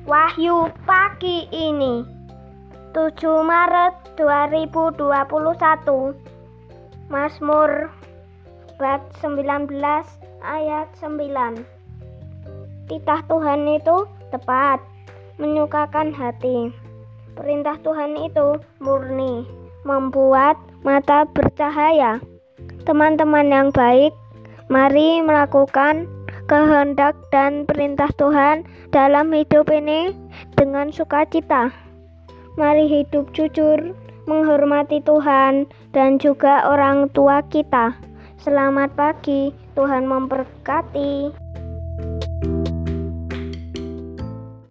Wahyu pagi ini 7 Maret 2021. Mazmur bab 19 ayat 9. Titah Tuhan itu tepat, menyukakan hati. Perintah Tuhan itu murni, membuat mata bercahaya. Teman-teman yang baik, mari melakukan kehendak dan perintah Tuhan dalam hidup ini dengan sukacita. Mari hidup jujur, menghormati Tuhan dan juga orang tua kita. Selamat pagi, Tuhan memberkati.